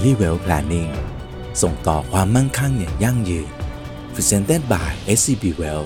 Family Wealth Planning ส่งต่อความมั่งคั่งอย่างยั่งยืน Presented by SCB Wealth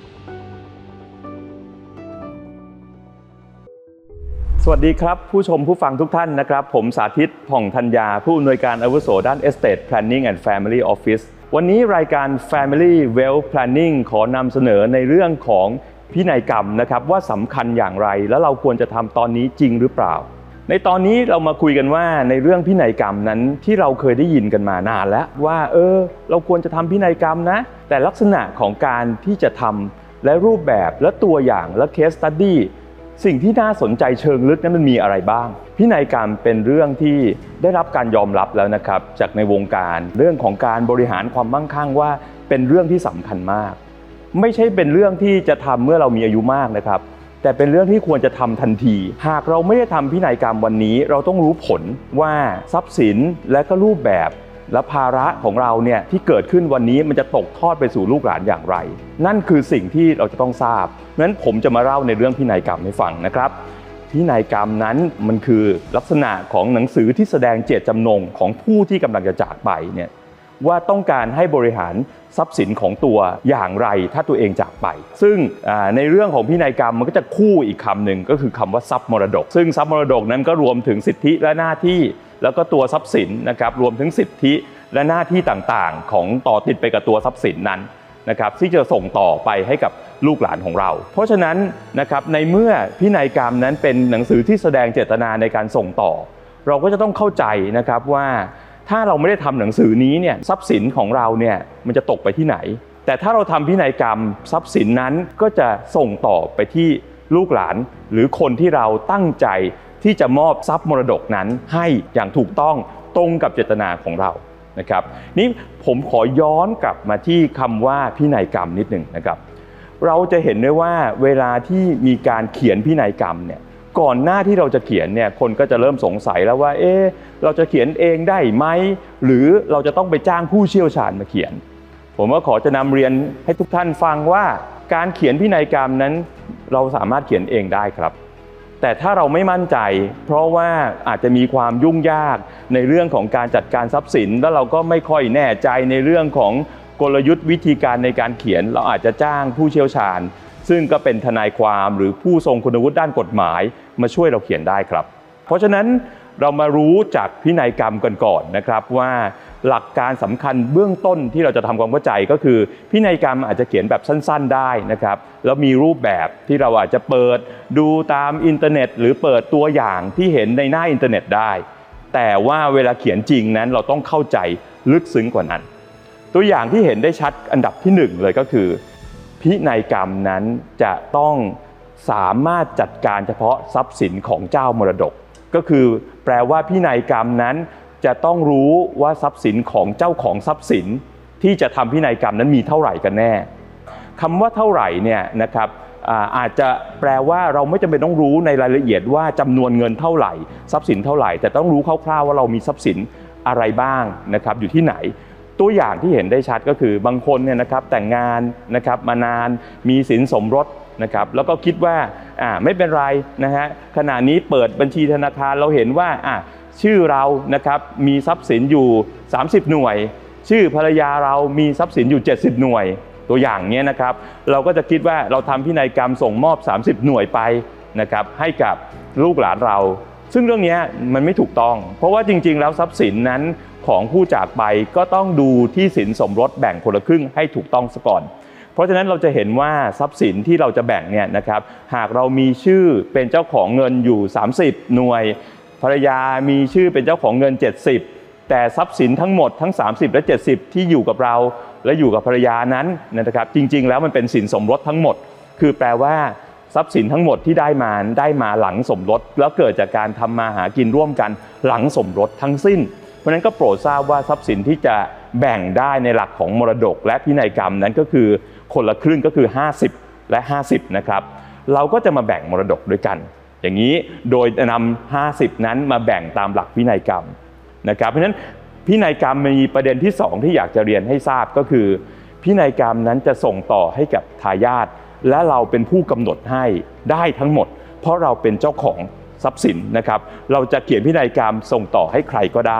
สวัสดีครับผู้ชมผู้ฟังทุกท่านนะครับผมสาธิตผ่องธัญญาผู้อำนวยการอาวุโสด้าน Estate Planning and Family Office วันนี้รายการ Family Wealth Planning ขอนำเสนอในเรื่องของพินัยกรรมนะครับว่าสำคัญอย่างไรและเราควรจะทำตอนนี้จริงหรือเปล่าในตอนนี้เรามาคุยกันว่าในเรื่องพินัยกรรมนั้นที่เราเคยได้ยินกันมานานแล้วว่าเราควรจะทำพินัยกรรมนะแต่ลักษณะของการที่จะทำและรูปแบบและตัวอย่างและ case study สิ่งที่น่าสนใจเชิงลึกนั้นมันมีอะไรบ้างพินัยกรรมเป็นเรื่องที่ได้รับการยอมรับแล้วนะครับจากในวงการเรื่องของการบริหารความมั่งคั่งว่าเป็นเรื่องที่สำคัญมากไม่ใช่เป็นเรื่องที่จะทำเมื่อเรามีอายุมากนะครับแต่เป็นเรื่องที่ควรจะทำทันทีหากเราไม่ได้ทำพินัยกรรมวันนี้เราต้องรู้ผลว่าทรัพย์สินและก็รูปแบบและภาระของเราเนี่ยที่เกิดขึ้นวันนี้มันจะตกทอดไปสู่ลูกหลานอย่างไรนั่นคือสิ่งที่เราจะต้องทราบงั้นผมจะมาเล่าในเรื่องพินัยกรรมให้ฟังนะครับพินัยกรรมนั้นมันคือลักษณะของหนังสือที่แสดงเจตจำนงของผู้ที่กำลังจะจากไปเนี่ยว่าต้องการให้บริหารทรัพย์สินของตัวอย่างไรถ้าตัวเองจากไปซึ่งในเรื่องของพินัยกรรมมันก็จะคู่อีกคำหนึ่งก็คือคำว่าทรัพย์มรดกซึ่งทรัพย์มรดกนั้นก็รวมถึงสิทธิและหน้าที่แล้วก็ตัวทรัพย์สินนะครับรวมถึงสิทธิและหน้าที่ต่างๆของต่อติดไปกับตัวทรัพย์สินนั้นนะครับที่จะส่งต่อไปให้กับลูกหลานของเราเพราะฉะนั้นนะครับในเมื่อพินัยกรรมนั้นเป็นหนังสือที่แสดงเจตนาในการส่งต่อเราก็จะต้องเข้าใจนะครับว่าถ้าเราไม่ได้ทำหนังสือนี้เนี่ยทรัพย์สินของเราเนี่ยมันจะตกไปที่ไหนแต่ถ้าเราทำพินัยกรรมทรัพย์สินนั้นก็จะส่งต่อไปที่ลูกหลานหรือคนที่เราตั้งใจที่จะมอบทรัพย์มรดกนั้นให้อย่างถูกต้องตรงกับเจตนาของเรานะครับนี่ผมขอย้อนกลับมาที่คำว่าพินัยกรรมนิดหนึ่งนะครับเราจะเห็นได้ว่าเวลาที่มีการเขียนพินัยกรรมเนี่ยก่อนหน้าที่เราจะเขียนเนี่ยคนก็จะเริ่มสงสัยแล้วว่าเราจะเขียนเองได้ไหมหรือเราจะต้องไปจ้างผู้เชี่ยวชาญมาเขียนผมก็ขอจะนำเรียนให้ทุกท่านฟังว่าการเขียนพินัยกรรมนั้นเราสามารถเขียนเองได้ครับแต่ถ้าเราไม่มั่นใจเพราะว่าอาจจะมีความยุ่งยากในเรื่องของการจัดการทรัพย์สินแล้วเราก็ไม่ค่อยแน่ใจในเรื่องของกลยุทธ์วิธีการในการเขียนเราอาจจะจ้างผู้เชี่ยวชาญซึ่งก็เป็นทนายความหรือผู้ทรงคุณวุฒิด้านกฎหมายมาช่วยเราเขียนได้ครับเพราะฉะนั้นเรามารู้จากพินัยกรรมกันก่อนนะครับว่าหลักการสำคัญเบื้องต้นที่เราจะทำความเข้าใจก็คือพินัยกรรมอาจจะเขียนแบบสั้นๆได้นะครับแล้วมีรูปแบบที่เราอาจจะเปิดดูตามอินเทอร์เน็ตหรือเปิดตัวอย่างที่เห็นในหน้าอินเทอร์เน็ตได้แต่ว่าเวลาเขียนจริงนั้นเราต้องเข้าใจลึกซึ้งกว่านั้นตัวอย่างที่เห็นได้ชัดอันดับที่1เลยก็คือพินัยกรรมนั้นจะต้องสามารถจัดการเฉพาะทรัพย์สินของเจ้ามรดกก็คือแปลว่าพินัยกรรมนั้นจะต้องรู้ว่าทรัพย์สินของเจ้าของทรัพย์สินที่จะทำพินัยกรรมนั้นมีเท่าไหร่กันแน่คำว่าเท่าไหร่เนี่ยนะครับอาจจะแปลว่าเราไม่จำเป็นต้องรู้ในรายละเอียดว่าจำนวนเงินเท่าไหร่ทรัพย์สินเท่าไหร่แต่ต้องรู้คร่าวๆว่าเรามีทรัพย์สินอะไรบ้างนะครับอยู่ที่ไหนตัวอย่างที่เห็นได้ชัดก็คือบางคนเนี่ยนะครับแต่งงานนะครับมานานมีสินสมรสนะครับแล้วก็คิดว่าไม่เป็นไรนะฮะขณะนี้เปิดบัญชีธนาคารเราเห็นว่าชื่อเรานะครับมีทรัพย์สินอยู่30หน่วยชื่อภรรยาเรามีทรัพย์สินอยู่70หน่วยตัวอย่างเนี้ยนะครับเราก็จะคิดว่าเราทำพินัยกรรมส่งมอบ30หน่วยไปนะครับให้กับลูกหลานเราซึ่งเรื่องนี้มันไม่ถูกต้องเพราะว่าจริงๆแล้วทรัพย์สินนั้นของผู้จากไปก็ต้องดูที่สินสมรสแบ่งคนละครึ่งให้ถูกต้องซะก่อนเพราะฉะนั้นเราจะเห็นว่าทรัพย์สินที่เราจะแบ่งเนี่ยนะครับหากเรามีชื่อเป็นเจ้าของเงินอยู่30หน่วยภรรยามีชื่อเป็นเจ้าของเงิน70แต่ทรัพย์สินทั้งหมดทั้ง30และ70ที่อยู่กับเราและอยู่กับภรรยานั้นนะครับจริงๆแล้วมันเป็นสินสมรสทั้งหมดคือแปลว่าทรัพย์สินทั้งหมดที่ได้มาหลังสมรสแล้วเกิดจากการทำมาหากินร่วมกันหลังสมรสทั้งสิ้นเพราะฉะนั้นก็โปรดทราบว่าทรัพย์สินที่จะแบ่งได้ในหลักของมรดกและพินัยกรรมนั้นก็คือคนละครึ่งก็คือ50และ50นะครับเราก็จะมาแบ่งมรดกด้วยกันอย่างนี้โดยนำ50นั้นมาแบ่งตามหลักพินัยกรรมนะครับเพราะฉะนั้นพินัยกรรมมีประเด็นที่2ที่อยากจะเรียนให้ทราบก็คือพินัยกรรมนั้นจะส่งต่อให้กับทายาทและเราเป็นผู้กำหนดให้ได้ทั้งหมดเพราะเราเป็นเจ้าของทรัพย์สินนะครับเราจะเขียนพินัยกรรมส่งต่อให้ใครก็ได้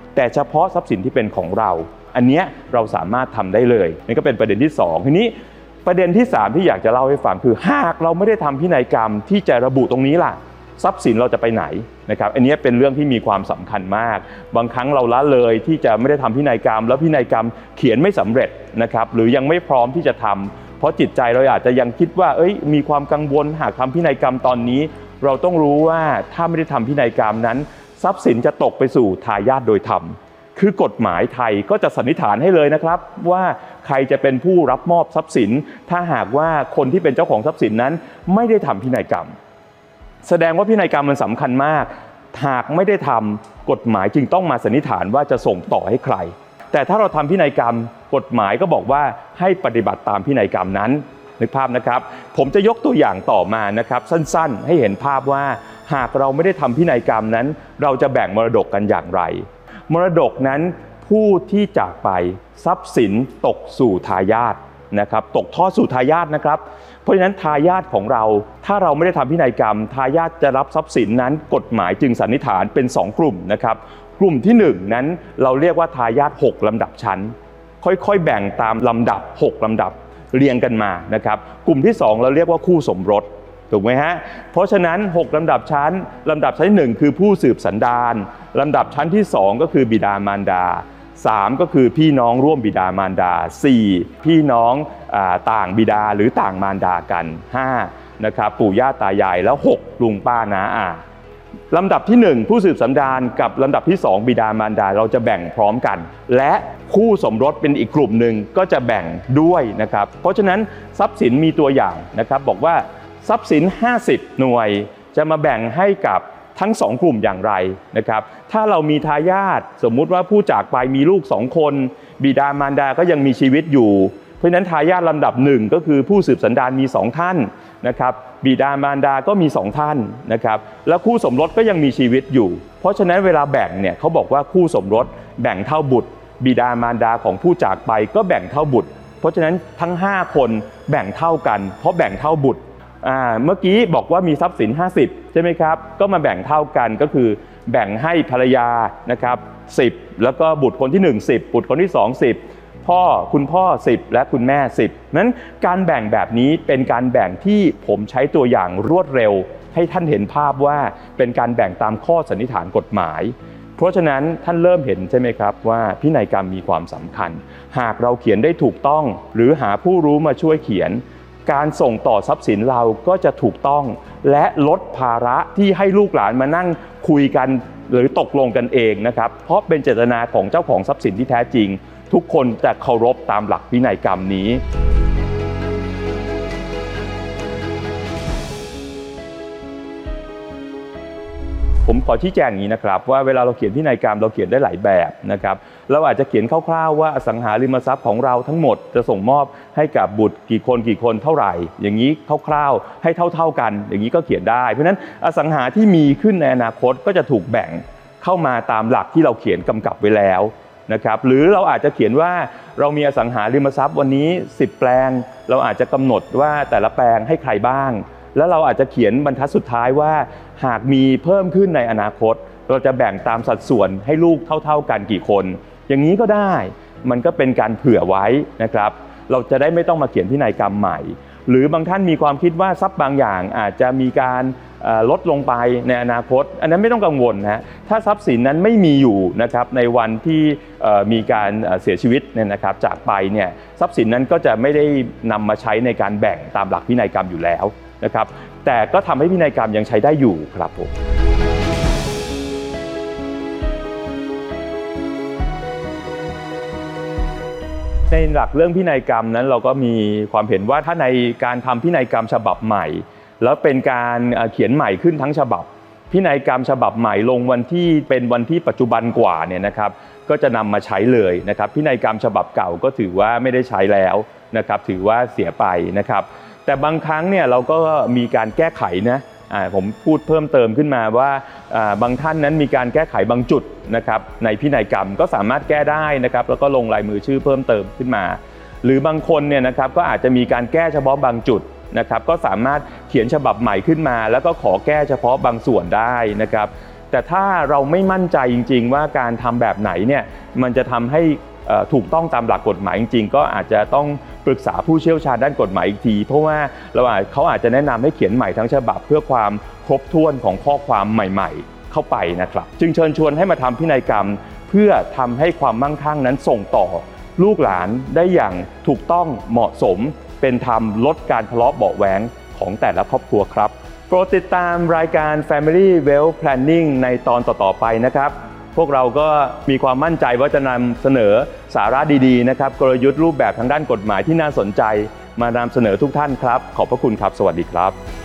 แต่เฉพาะทรัพย์สินที่เป็นของเราอันเนี้ยเราสามารถทำได้เลยนี่ก็เป็นประเด็นที่2ทีนี้ประเด็นที่3ที่อยากจะเล่าให้ฟังคือหากเราไม่ได้ทำพินัยกรรมที่จะระบุตรงนี้ล่ะทรัพย์สินเราจะไปไหนนะครับอันนี้เป็นเรื่องที่มีความสำคัญมากบางครั้งเราละเลยที่จะไม่ได้ทำพินัยกรรมแล้วพินัยกรรมเขียนไม่สำเร็จนะครับหรือยังไม่พร้อมที่จะทำเพราะจิตใจเราอาจจะยังคิดว่ามีความกังวลหากทำพินัยกรรมตอนนี้เราต้องรู้ว่าถ้าไม่ได้ทำพินัยกรรมนั้นทรัพย์สินจะตกไปสู่ทายาทโดยธรรมคือกฎหมายไทยก็จะสันนิษฐานให้เลยนะครับว่าใครจะเป็นผู้รับมอบทรัพย์สินถ้าหากว่าคนที่เป็นเจ้าของทรัพย์สินนั้นไม่ได้ทำพินัยกรรมแสดงว่าพินัยกรรมมันสำคัญมากหากไม่ได้ทำกฎหมายจึงต้องมาสันนิษฐานว่าจะส่งต่อให้ใครแต่ถ้าเราทำพินัยกรรมกฎหมายก็บอกว่าให้ปฏิบัติตามพินัยกรรมนั้นนึกภาพนะครับผมจะยกตัวอย่างต่อมานะครับสั้นๆให้เห็นภาพว่าหากเราไม่ได้ทำพินัยกรรมนั้นเราจะแบ่งมรดกกันอย่างไรมรดกนั้นผู้ที่จากไปทรัพย์สินตกสู่ทายาทนะครับตกทอดสู่ทายาทนะครับเพราะฉะนั้นทายาทของเราถ้าเราไม่ได้ทำพินัยกรรมทายาทจะรับทรัพย์สินนั้นกฎหมายจึงสันนิษฐานเป็น2กลุ่มนะครับกลุ่มที่1นั้นเราเรียกว่าทายาท6ลำดับชั้นค่อยๆแบ่งตามลำดับ6ลำดับเรียงกันมานะครับกลุ่มที่2เราเรียกว่าคู่สมรสถูกไหมฮะเพราะฉะนั้น6ลำดับชั้นลำดับชั้นที่1คือผู้สืบสันดานลำดับชั้นที่2ก็คือบิดามารดา3ก็คือพี่น้องร่วมบิดามารดา4พี่น้องต่างบิดาหรือต่างมารดากัน5นะครับปู่ย่าตายายแล้ว6ลุงป้าน้าอาลำดับที่1ผู้สืบสันดานกับลำดับที่2บิดามารดาเราจะแบ่งพร้อมกันและคู่สมรสเป็นอีกกลุ่มหนึ่งก็จะแบ่งด้วยนะครับเพราะฉะนั้นทรัพย์สินมีตัวอย่างนะครับบอกว่าทรัพย์สิน50หน่วยจะมาแบ่งให้กับทั้ง2กลุ่มอย่างไรนะครับถ้าเรามีทายาทสมมุติว่าผู้จากไปมีลูก2คนบิดามารดาก็ยังมีชีวิตอยู่เพราะฉะนั้นทายาทลำดับ1ก็คือผู้สืบสันดานมี2ท่านนะครับบิดามารดาก็มี2ท่านนะครับแล้วคู่สมรสก็ยังมีชีวิตอยู่เพราะฉะนั้นเวลาแบ่งเนี่ยเขาบอกว่าคู่สมรสแบ่งเท่าบุตรบิดามารดาของผู้จากไปก็แบ่งเท่าบุตรเพราะฉะนั้นทั้ง5คนแบ่งเท่ากันเพราะแบ่งเท่าบุตรเมื่อกี้บอกว่ามีทรัพย์สิน50ใช่ไหมครับก็มาแบ่งเท่ากันก็คือแบ่งให้ภรรยานะครับ10แล้วก็บุตรคนที่1 10บุตรคนที่2 10คุณพ่อ10และคุณแม่10นั้นการแบ่งแบบนี้เป็นการแบ่งที่ผมใช้ตัวอย่างรวดเร็วให้ท่านเห็นภาพว่าเป็นการแบ่งตามข้อสันนิษฐานกฎหมายเพราะฉะนั้นท่านเริ่มเห็นใช่ไหมครับว่าพินัยกรรมมีความสำคัญหากเราเขียนได้ถูกต้องหรือหาผู้รู้มาช่วยเขียนการส่งต่อทรัพย์สินเราก็จะถูกต้องและลดภาระที่ให้ลูกหลานมานั่งคุยกันหรือตกลงกันเองนะครับเพราะเป็นเจตนาของเจ้าของทรัพย์สินที่แท้จริงทุกคนจะเคารพตามหลักพินัยกรรมนี้ผมขอชี้แจงอย่างนี้นะครับว่าเวลาเราเขียนพินัยกรรมเราเขียนได้หลายแบบนะครับเราอาจจะเขียนคร่าวๆว่าอสังหาริมทรัพย์ของเราทั้งหมดจะส่งมอบให้กับบุตรกี่คนเท่าไหร่อย่างนี้คร่าวๆให้เท่าๆกันอย่างนี้ก็เขียนได้เพราะฉะนั้นอสังหาที่มีขึ้นในอนาคตก็จะถูกแบ่งเข้ามาตามหลักที่เราเขียนกำกับไว้แล้วนะครับหรือเราอาจจะเขียนว่าเรามีอสังหาริมทรัพย์วันนี้10แปลงเราอาจจะกำหนดว่าแต่ละแปลงให้ใครบ้างแล้วเราอาจจะเขียนบรรทัดสุดท้ายว่าหากมีเพิ่มขึ้นในอนาคตเราจะแบ่งตามสัดส่วนให้ลูกเท่าๆกันกี่คนอย่างนี้ก็ได้มันก็เป็นการเผื่อไว้นะครับเราจะได้ไม่ต้องมาเขียนพินัยกรรมใหม่หรือบางท่านมีความคิดว่าทรัพย์บางอย่างอาจจะมีการลดลงไปในอนาคตอันนั้นไม่ต้องกังวลนะถ้าทรัพย์สินนั้นไม่มีอยู่นะครับในวันที่มีการเสียชีวิตเนี่ยนะครับจากไปเนี่ยทรัพย์สินนั้นก็จะไม่ได้นำมาใช้ในการแบ่งตามหลักพินัยกรรมอยู่แล้วนะครับแต่ก็ทำให้พินัยกรรมยังใช้ได้อยู่ครับผมในหลักเรื่องพินัยกรรมนั้นเราก็มีความเห็นว่าถ้าในการทำพินัยกรรมฉบับใหม่แล้วเป็นการเขียนใหม่ขึ้นทั้งฉบับพินัยกรรมฉบับใหม่ลงวันที่เป็นวันที่ปัจจุบันกว่าเนี่ยนะครับก็จะนำมาใช้เลยนะครับพินัยกรรมฉบับเก่าก็ถือว่าไม่ได้ใช้แล้วนะครับถือว่าเสียไปนะครับแต่บางครั้งเนี่ยเราก็มีการแก้ไขนะผมพูดเพิ่มเติมขึ้นมาว่าบางท่านนั้นมีการแก้ไขบางจุดนะครับในพินัยกรรมก็สามารถแก้ได้นะครับแล้วก็ลงลายมือชื่อเพิ่มเติมขึ้นมาหรือบางคนเนี่ยนะครับก็อาจจะมีการแก้เฉพาะบางจุดนะครับก็สามารถเขียนฉบับใหม่ขึ้นมาแล้วก็ขอแก้เฉพาะบางส่วนได้นะครับแต่ถ้าเราไม่มั่นใจจริงๆว่าการทำแบบไหนเนี่ยมันจะทำให้ถูกต้องตามหลักกฎหมายจริงๆก็อาจจะต้องปรึกษาผู้เชี่ยวชาญด้านกฎหมายอีกทีเพราะว่าเขาอาจจะแนะนำให้เขียนใหม่ทั้งฉบับเพื่อความครบถ้วนของข้อความใหม่ๆเข้าไปนะครับจึงเชิญชวนให้มาทำพินัยกรรมเพื่อทำให้ความมั่งคั่งนั้นส่งต่อลูกหลานได้อย่างถูกต้องเหมาะสมเป็นธรรมลดการทะเลาะเบาะแว้งของแต่ละครอบครัวครับโปรดติดตามรายการ Family Wealth Planning ในตอนต่อๆไปนะครับพวกเราก็มีความมั่นใจว่าจะนำเสนอสาระดีๆนะครับกลยุทธ์รูปแบบทางด้านกฎหมายที่น่าสนใจมานำเสนอทุกท่านครับขอบพระคุณครับสวัสดีครับ